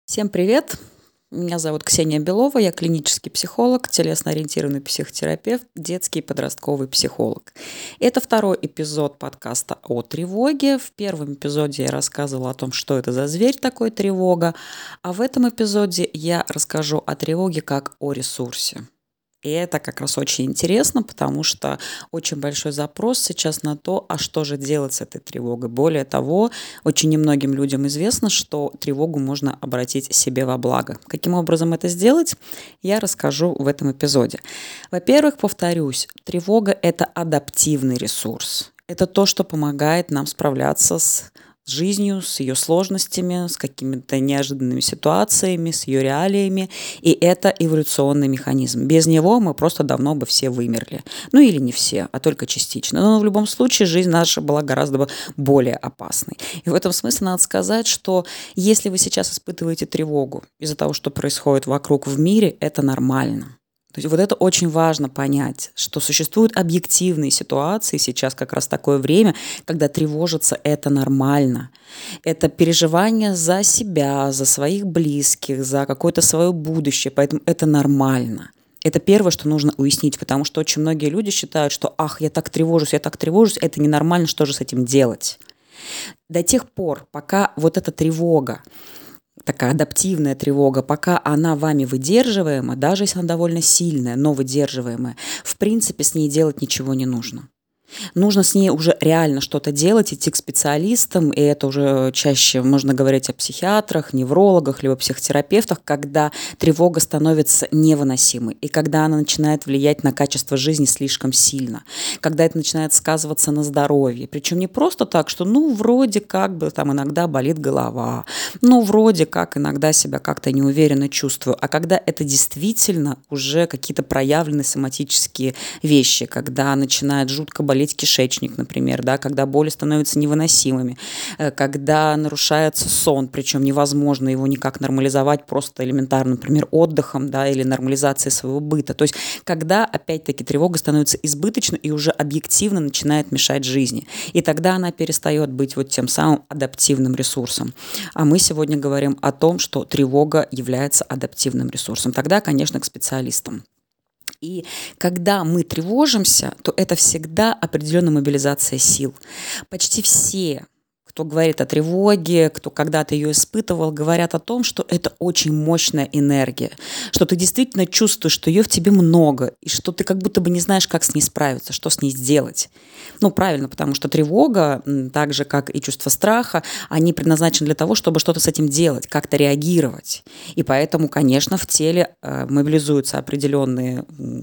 Всем привет! Меня зовут Ксения Белова, я клинический психолог, телесно-ориентированный психотерапевт, детский и подростковый психолог. Это второй эпизод подкаста о тревоге. В первом эпизоде я рассказывала о том, что это за зверь такой тревога, а в этом эпизоде я расскажу о тревоге как о ресурсе. И это как раз очень интересно, потому что очень большой запрос сейчас на то, а что же делать с этой тревогой. Более того, очень немногим людям известно, что тревогу можно обратить себе во благо. Каким образом это сделать, я расскажу в этом эпизоде. Во-первых, повторюсь, тревога – это адаптивный ресурс. Это то, что помогает нам справляться с жизнью, с ее сложностями, с какими-то неожиданными ситуациями, с ее реалиями. И это эволюционный механизм. Без него мы просто давно бы все вымерли. Ну или не все, а только частично. Но в любом случае жизнь наша была гораздо более опасной. И в этом смысле надо сказать, что если вы сейчас испытываете тревогу из-за того, что происходит вокруг в мире, это нормально. То есть вот это очень важно понять, что существуют объективные ситуации, сейчас как раз такое время, когда тревожиться – это нормально. Это переживание за себя, за своих близких, за какое-то свое будущее, поэтому это нормально. Это первое, что нужно уяснить, потому что очень многие люди считают, что «ах, я так тревожусь, это ненормально, что же с этим делать?» До тех пор, пока вот эта тревога, такая адаптивная тревога, пока она вами выдерживаема, даже если она довольно сильная, но выдерживаемая, в принципе, с ней делать ничего не нужно. Нужно с ней уже реально что-то делать, идти к специалистам, и это уже чаще можно говорить о психиатрах, неврологах, либо психотерапевтах, когда тревога становится невыносимой, и когда она начинает влиять на качество жизни слишком сильно, когда это начинает сказываться на здоровье. Причем не просто так, что вроде как бы там иногда болит голова, вроде как иногда себя как-то неуверенно чувствую, а когда это действительно уже какие-то проявленные соматические вещи, когда начинает жутко болеть кишечник, например, да, когда боли становятся невыносимыми, когда нарушается сон, причем невозможно его никак нормализовать просто элементарно, например, отдыхом, да, или нормализацией своего быта. То есть когда, опять-таки, тревога становится избыточной и уже объективно начинает мешать жизни. И тогда она перестает быть вот тем самым адаптивным ресурсом. А мы сегодня говорим о том, что тревога является адаптивным ресурсом. Тогда, конечно, к специалистам. И когда мы тревожимся, то это всегда определенная мобилизация сил. Почти все, кто говорит о тревоге, кто когда-то ее испытывал, говорят о том, что это очень мощная энергия, что ты действительно чувствуешь, что ее в тебе много, и что ты как будто бы не знаешь, как с ней справиться, что с ней сделать. Правильно, потому что тревога, так же, как и чувство страха, они предназначены для того, чтобы что-то с этим делать, как-то реагировать. И поэтому, конечно, в теле мобилизуются определенные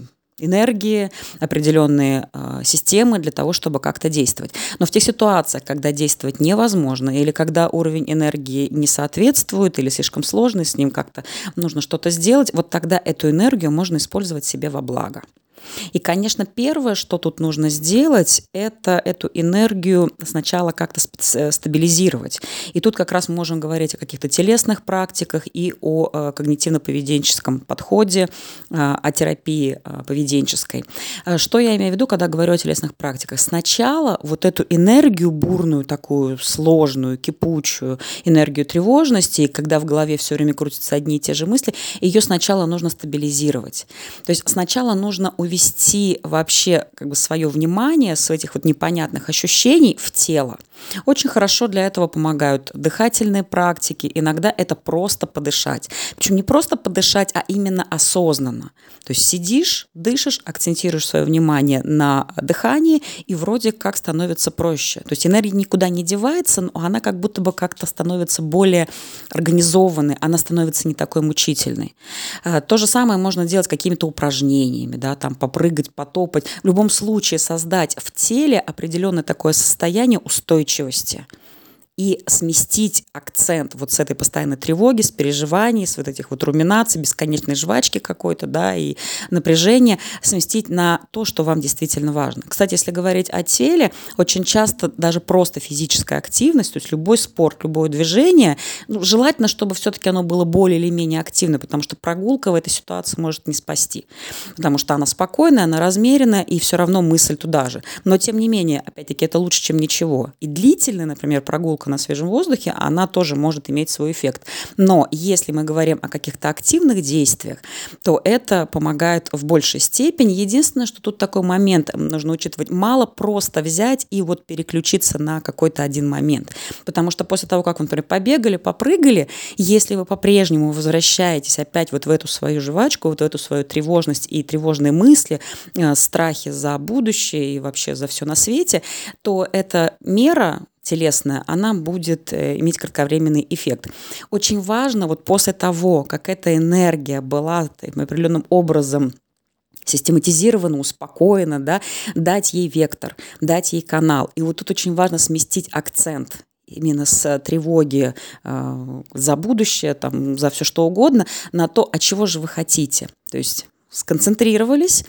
энергии, определенные системы для того, чтобы как-то действовать. Но в тех ситуациях, когда действовать невозможно, или когда уровень энергии не соответствует, или слишком сложный, с ним как-то нужно что-то сделать, вот тогда эту энергию можно использовать себе во благо. И, конечно, первое, что тут нужно сделать, это эту энергию сначала как-то стабилизировать. И тут как раз мы можем говорить о каких-то телесных практиках и о когнитивно-поведенческом подходе, о терапии поведенческой. Что я имею в виду, когда говорю о телесных практиках? Сначала вот эту энергию бурную, такую сложную, кипучую энергию тревожности, когда в голове все время крутятся одни и те же мысли, ее сначала нужно стабилизировать. То есть сначала нужно увести вообще свое внимание с этих вот непонятных ощущений в тело. Очень хорошо для этого помогают дыхательные практики. Иногда это просто подышать. Причем не просто подышать, а именно осознанно. То есть сидишь, дышишь, акцентируешь свое внимание на дыхании, и вроде как становится проще. То есть энергия никуда не девается, но она как будто бы как-то становится более организованной, она становится не такой мучительной. То же самое можно делать какими-то упражнениями, да, там попрыгать, потопать. В любом случае создать в теле определенное такое состояние устойчивости и сместить акцент вот с этой постоянной тревоги, с переживаний, с вот этих вот руминаций, бесконечной жвачки какой-то, да, и напряжения, сместить на то, что вам действительно важно. Кстати, если говорить о теле, очень часто даже просто физическая активность, то есть любой спорт, любое движение, желательно, чтобы все-таки оно было более или менее активно, потому что прогулка в этой ситуации может не спасти, потому что она спокойная, она размеренная, и все равно мысль туда же. Но, тем не менее, опять-таки, это лучше, чем ничего. И длительная, например, прогулка прогулка на свежем воздухе, она тоже может иметь свой эффект. Но если мы говорим о каких-то активных действиях, то это помогает в большей степени. Единственное, что тут такой момент нужно учитывать. Мало просто взять и вот переключиться на какой-то один момент. Потому что после того, как вы, например, побегали, попрыгали, если вы по-прежнему возвращаетесь опять вот в эту свою жвачку, вот в эту свою тревожность и тревожные мысли, страхи за будущее и вообще за все на свете, то эта мера телесная, она будет иметь кратковременный эффект. Очень важно вот после того, как эта энергия была определенным образом систематизировано, успокоено, да, дать ей вектор, дать ей канал. И вот тут очень важно сместить акцент именно с тревоги за будущее, там, за все что угодно, на то, а чего же вы хотите. То есть сконцентрировались,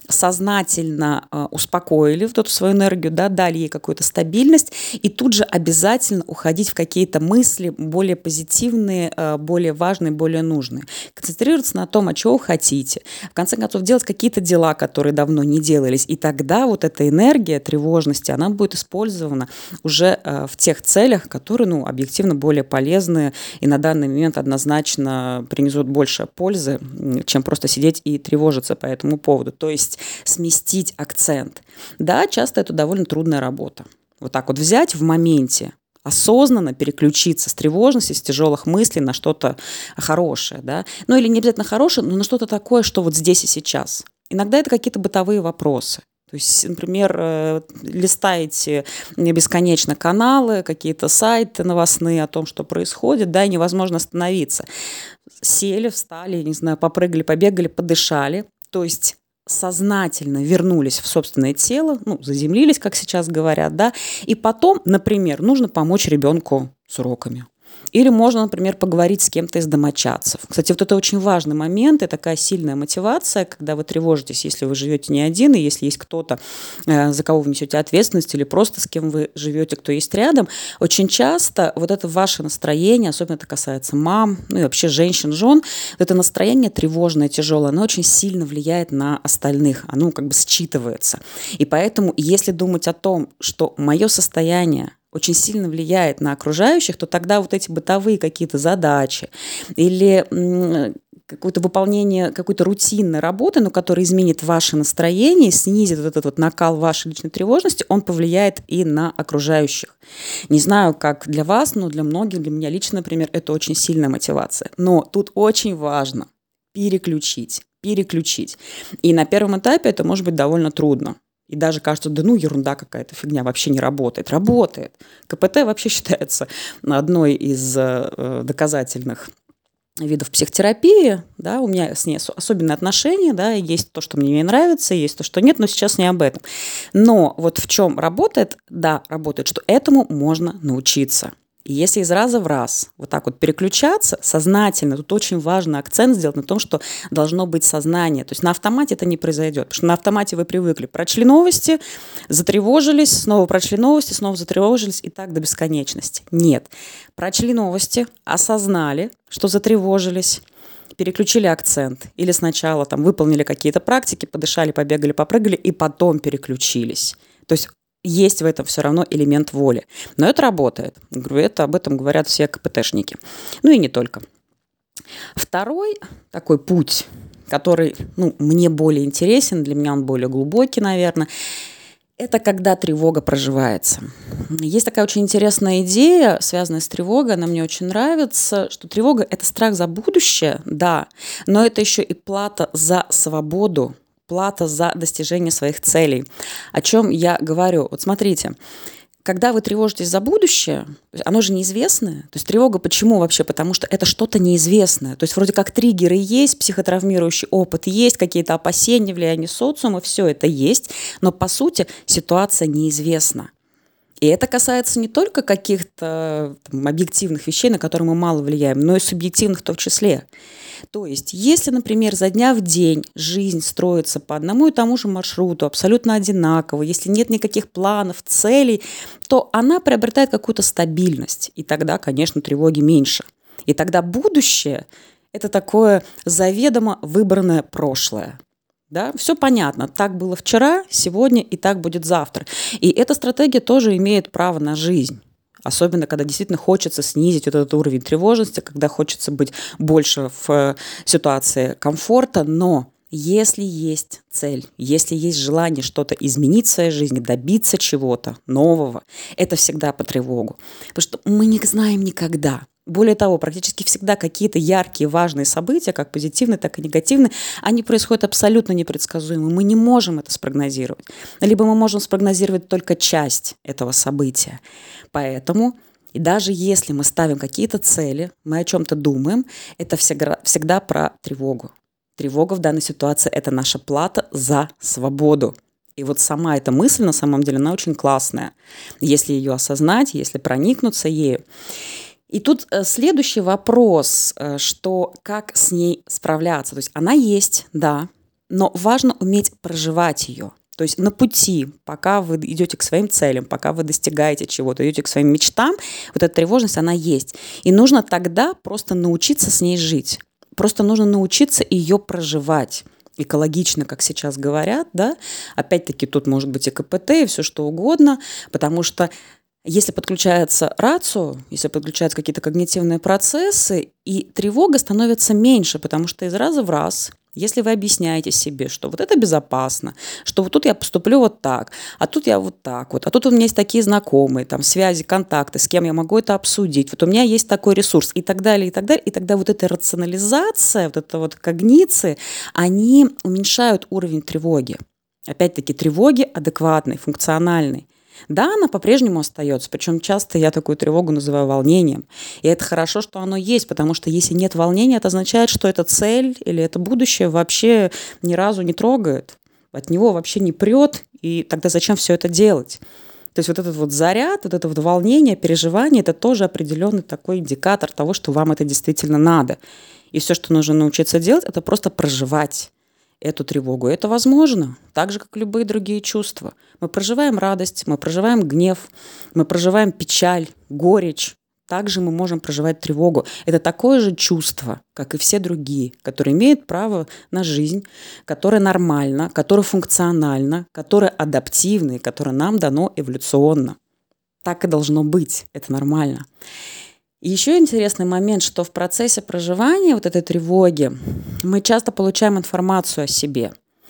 сознательно успокоили вот эту свою энергию, да, дали ей какую-то стабильность, и тут же обязательно уходить в какие-то мысли более позитивные, более важные, более нужные. Концентрироваться на том, а чего вы хотите. В конце концов, делать какие-то дела, которые давно не делались, и тогда вот эта энергия тревожности, она будет использована уже в тех целях, которые, ну, объективно более полезные и на данный момент однозначно принесут больше пользы, чем просто сидеть и тревожиться по этому поводу. То есть сместить акцент. Да, часто это довольно трудная работа. Вот так вот взять в моменте, осознанно переключиться с тревожности, с тяжелых мыслей на что-то хорошее. Да? Ну или не обязательно хорошее, но на что-то такое, что вот здесь и сейчас. Иногда это какие-то бытовые вопросы. То есть, например, листаете бесконечно каналы, какие-то сайты новостные о том, что происходит, да, и невозможно остановиться. Сели, встали, не знаю, попрыгали, побегали, подышали. То есть сознательно вернулись в собственное тело, ну, заземлились, как сейчас говорят, да, и потом, например, нужно помочь ребенку с уроками. Или можно, например, поговорить с кем-то из домочадцев. Кстати, вот это очень важный момент и такая сильная мотивация, когда вы тревожитесь, если вы живете не один, и если есть кто-то, за кого вы несете ответственность, или просто с кем вы живете, кто есть рядом. Очень часто вот это ваше настроение, особенно это касается мам, ну и вообще женщин, жен, это настроение тревожное, тяжелое, оно очень сильно влияет на остальных, оно как бы считывается. И поэтому, если думать о том, что мое состояние очень сильно влияет на окружающих, то тогда вот эти бытовые какие-то задачи или какое-то выполнение какой-то рутинной работы, но которая изменит ваше настроение, снизит вот этот вот накал вашей личной тревожности, он повлияет и на окружающих. Не знаю, как для вас, но для многих, для меня лично, например, это очень сильная мотивация. Но тут очень важно переключить. И на первом этапе это может быть довольно трудно. И даже кажется, да ну ерунда какая-то, фигня, вообще не работает. Работает. КПТ вообще считается одной из доказательных видов психотерапии. Да, у меня с ней особенные отношения, да, есть то, что мне не нравится, есть то, что нет, но сейчас не об этом. Но вот в чем работает, да, работает, что этому можно научиться. И если из раза в раз вот так вот переключаться сознательно, тут очень важный акцент сделать на том, что должно быть сознание. То есть на автомате это не произойдет, потому что на автомате вы привыкли. Прочли новости, затревожились, снова прочли новости, снова затревожились и так до бесконечности. Нет. Прочли новости, осознали, что затревожились, переключили акцент. Или сначала там выполнили какие-то практики, подышали, побегали, попрыгали и потом переключились. То есть есть в этом все равно элемент воли. Но это работает. Об этом говорят все КПТшники. Ну и не только. Второй такой путь, который мне более интересен, для меня он более глубокий, наверное, это когда тревога проживается. Есть такая очень интересная идея, связанная с тревогой, она мне очень нравится, что тревога – это страх за будущее, да, но это еще и плата за свободу, плата за достижение своих целей. О чем я говорю? Вот смотрите, когда вы тревожитесь за будущее, оно же неизвестное. То есть тревога почему вообще? Потому что это что-то неизвестное. То есть вроде как триггеры есть, психотравмирующий опыт есть, какие-то опасения, влияние социума, все это есть, но по сути ситуация неизвестна. И это касается не только каких-то объективных вещей, на которые мы мало влияем, но и субъективных в том числе. То есть, если, например, за дня в день жизнь строится по одному и тому же маршруту, абсолютно одинаково, если нет никаких планов, целей, то она приобретает какую-то стабильность. И тогда, конечно, тревоги меньше. И тогда будущее – это такое заведомо выбранное прошлое. Да? Все понятно. Так было вчера, сегодня и так будет завтра. И эта стратегия тоже имеет право на жизнь. Особенно, когда действительно хочется снизить вот этот уровень тревожности, когда хочется быть больше в ситуации комфорта. Но если есть цель, если есть желание что-то изменить в своей жизни, добиться чего-то нового, это всегда по тревогу. Потому что мы не знаем никогда. Более того, практически всегда какие-то яркие, важные события, как позитивные, так и негативные, они происходят абсолютно непредсказуемо. Мы не можем это спрогнозировать. Либо мы можем спрогнозировать только часть этого события. Поэтому, и даже если мы ставим какие-то цели, мы о чем-то думаем, это всегда про тревогу. Тревога в данной ситуации – это наша плата за свободу. И вот сама эта мысль, на самом деле, она очень классная, если ее осознать, если проникнуться ею. И тут следующий вопрос, что как с ней справляться. То есть она есть, да, но важно уметь проживать ее. То есть на пути, пока вы идете к своим целям, пока вы достигаете чего-то, идете к своим мечтам, вот эта тревожность, она есть. И нужно тогда просто научиться с ней жить. Просто нужно научиться ее проживать. Экологично, как сейчас говорят, да. Опять-таки тут может быть и КПТ, и все что угодно, потому что если подключается рацио, если подключаются какие-то когнитивные процессы, и тревога становится меньше, потому что из раза в раз, если вы объясняете себе, что вот это безопасно, что вот тут я поступлю вот так, а тут я вот так вот, а тут у меня есть такие знакомые, там, связи, контакты, с кем я могу это обсудить, вот у меня есть такой ресурс и так далее, и так далее. И тогда вот эта рационализация, вот эта вот когниции, они уменьшают уровень тревоги. Опять-таки, тревоги адекватной, функциональной. Да, она по-прежнему остается, причем часто я такую тревогу называю волнением. И это хорошо, что оно есть, потому что если нет волнения, это означает, что эта цель или это будущее вообще ни разу не трогает, от него вообще не прет, и тогда зачем все это делать? То есть вот этот вот заряд, вот это вот волнение, переживание, это тоже определенный такой индикатор того, что вам это действительно надо. И все, что нужно научиться делать, это просто проживать эту тревогу. Это возможно, так же, как и любые другие чувства. Мы проживаем радость, мы проживаем гнев, мы проживаем печаль, горечь. Также мы можем проживать тревогу. Это такое же чувство, как и все другие, которые имеют право на жизнь, которое нормально, которое функционально, которое адаптивно и которое нам дано эволюционно. Так и должно быть. Это нормально. И еще интересный момент, что в процессе проживания вот этой тревоги мы часто получаем информацию о себе.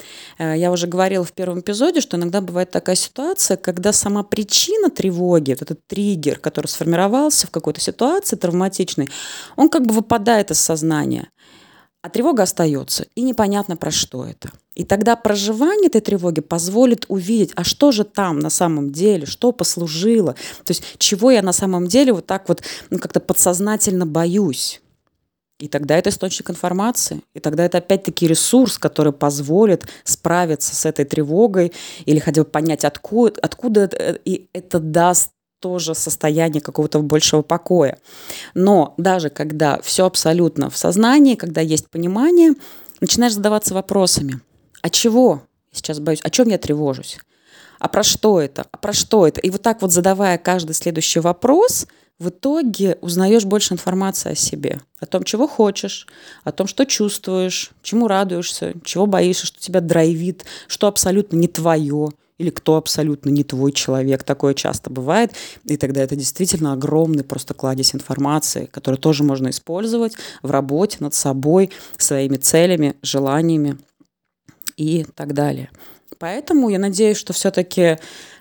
Я уже говорила в первом эпизоде, что иногда бывает такая ситуация, когда сама причина тревоги, вот этот триггер, который сформировался в какой-то ситуации травматичной, он как бы выпадает из сознания. А тревога остается, и непонятно, про что это. И тогда проживание этой тревоги позволит увидеть, а что же там на самом деле, что послужило, то есть чего я на самом деле вот так вот как-то подсознательно боюсь. И тогда это источник информации, и тогда это опять-таки ресурс, который позволит справиться с этой тревогой или хотя бы понять, откуда это, и это даст тоже состояние какого-то большего покоя. Но даже когда все абсолютно в сознании, когда есть понимание, начинаешь задаваться вопросами. А чего? Я сейчас боюсь. О чем я тревожусь? А про что это? А про что это? И вот так вот задавая каждый следующий вопрос, в итоге узнаешь больше информации о себе. О том, чего хочешь, о том, что чувствуешь, чему радуешься, чего боишься, что тебя драйвит, что абсолютно не твое. Или кто абсолютно не твой человек. Такое часто бывает. И тогда это действительно огромный просто кладезь информации, который тоже можно использовать в работе над собой, своими целями, желаниями и так далее. Поэтому я надеюсь, что все-таки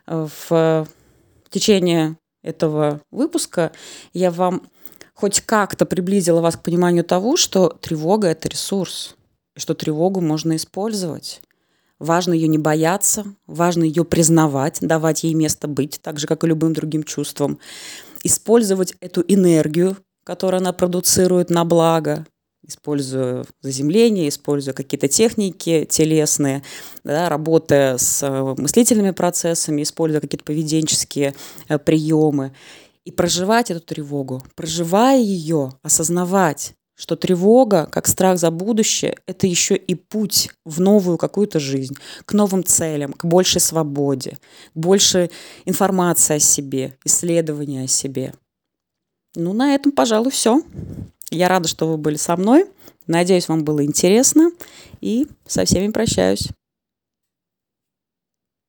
в течение этого выпуска я вам хоть как-то приблизила вас к пониманию того, что тревога – это ресурс, и что тревогу можно использовать. Важно ее не бояться, важно ее признавать, давать ей место быть, так же, как и любым другим чувствам. Использовать эту энергию, которую она продуцирует на благо, используя заземление, используя какие-то техники телесные, да, работая с мыслительными процессами, используя какие-то поведенческие приемы. И проживать эту тревогу, проживая ее, осознавать, что тревога, как страх за будущее, это еще и путь в новую какую-то жизнь, к новым целям, к большей свободе, к большей информации о себе, исследования о себе. Ну, на этом, пожалуй, все. Я рада, что вы были со мной. Надеюсь, вам было интересно. И со всеми прощаюсь.